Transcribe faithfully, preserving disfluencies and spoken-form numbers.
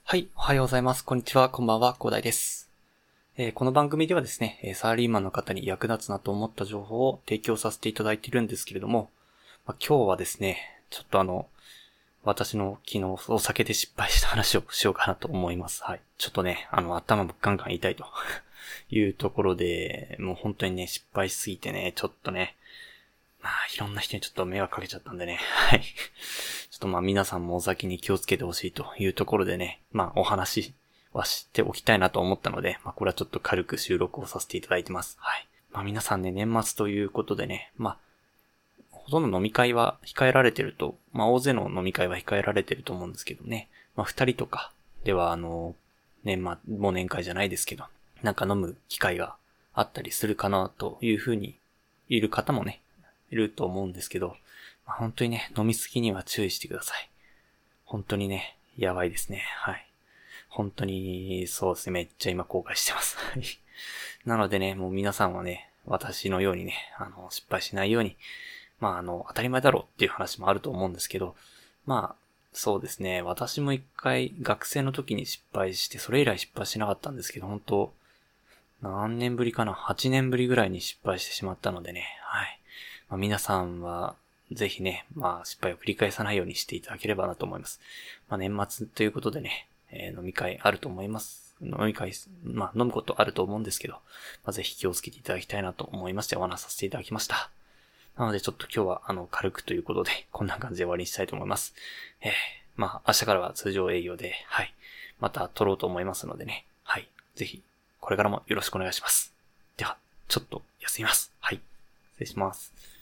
はい、おはようございます。こんにちは、こんばんは、広大です。えーこの番組ではですね、えーサラリーマンの方に役立つなと思った情報を提供させていただいているんですけれども、まあ、今日はですね、ちょっとあの、私の昨日お酒で失敗した話をしようかなと思います。はい。ちょっとね、あの、頭もガンガン痛いというところで、もう本当にね、失敗しすぎてね、ちょっとね、まあ、いろんな人にちょっと迷惑かけちゃったんでね。はい。ちょっとまあ皆さんもお酒に気をつけてほしいというところでね、まあお話はしておきたいなと思ったので、まあこれはちょっと軽く収録をさせていただいてます。はい。まあ皆さんね、年末ということでね、まあ、ほとんど飲み会は控えられてると、まあ大勢の飲み会は控えられてると思うんですけどね。まあ二人とかではあの、年末、忘年会じゃないですけど、なんか飲む機会があったりするかなというふうに、いる方もね、いると思うんですけど、まあ、本当にね、飲みすぎには注意してください。本当にね、やばいですね。はい。本当に、そうですね、めっちゃ今後悔してます。はい。なのでね、もう皆さんはね、私のようにね、あの、失敗しないように、まあ、あの、当たり前だろうっていう話もあると思うんですけど、まあ、そうですね、私も一回学生の時に失敗して、それ以来失敗しなかったんですけど、本当何年ぶりかな ?はち 年ぶりぐらいに失敗してしまったのでね、はい。まあ、皆さんは、ぜひね、まあ失敗を繰り返さないようにしていただければなと思います。まあ年末ということでね、えー飲み会あると思います。飲み会、まあ飲むことあると思うんですけど、まあぜひ気をつけていただきたいなと思いましてお話しさせていただきました。なのでちょっと今日はあの軽くということで、こんな感じで終わりにしたいと思います。えー、まあ明日からは通常営業で、はい。また撮ろうと思いますのでね、はい。ぜひ、これからもよろしくお願いします。では、ちょっと休みます。はい。失礼します。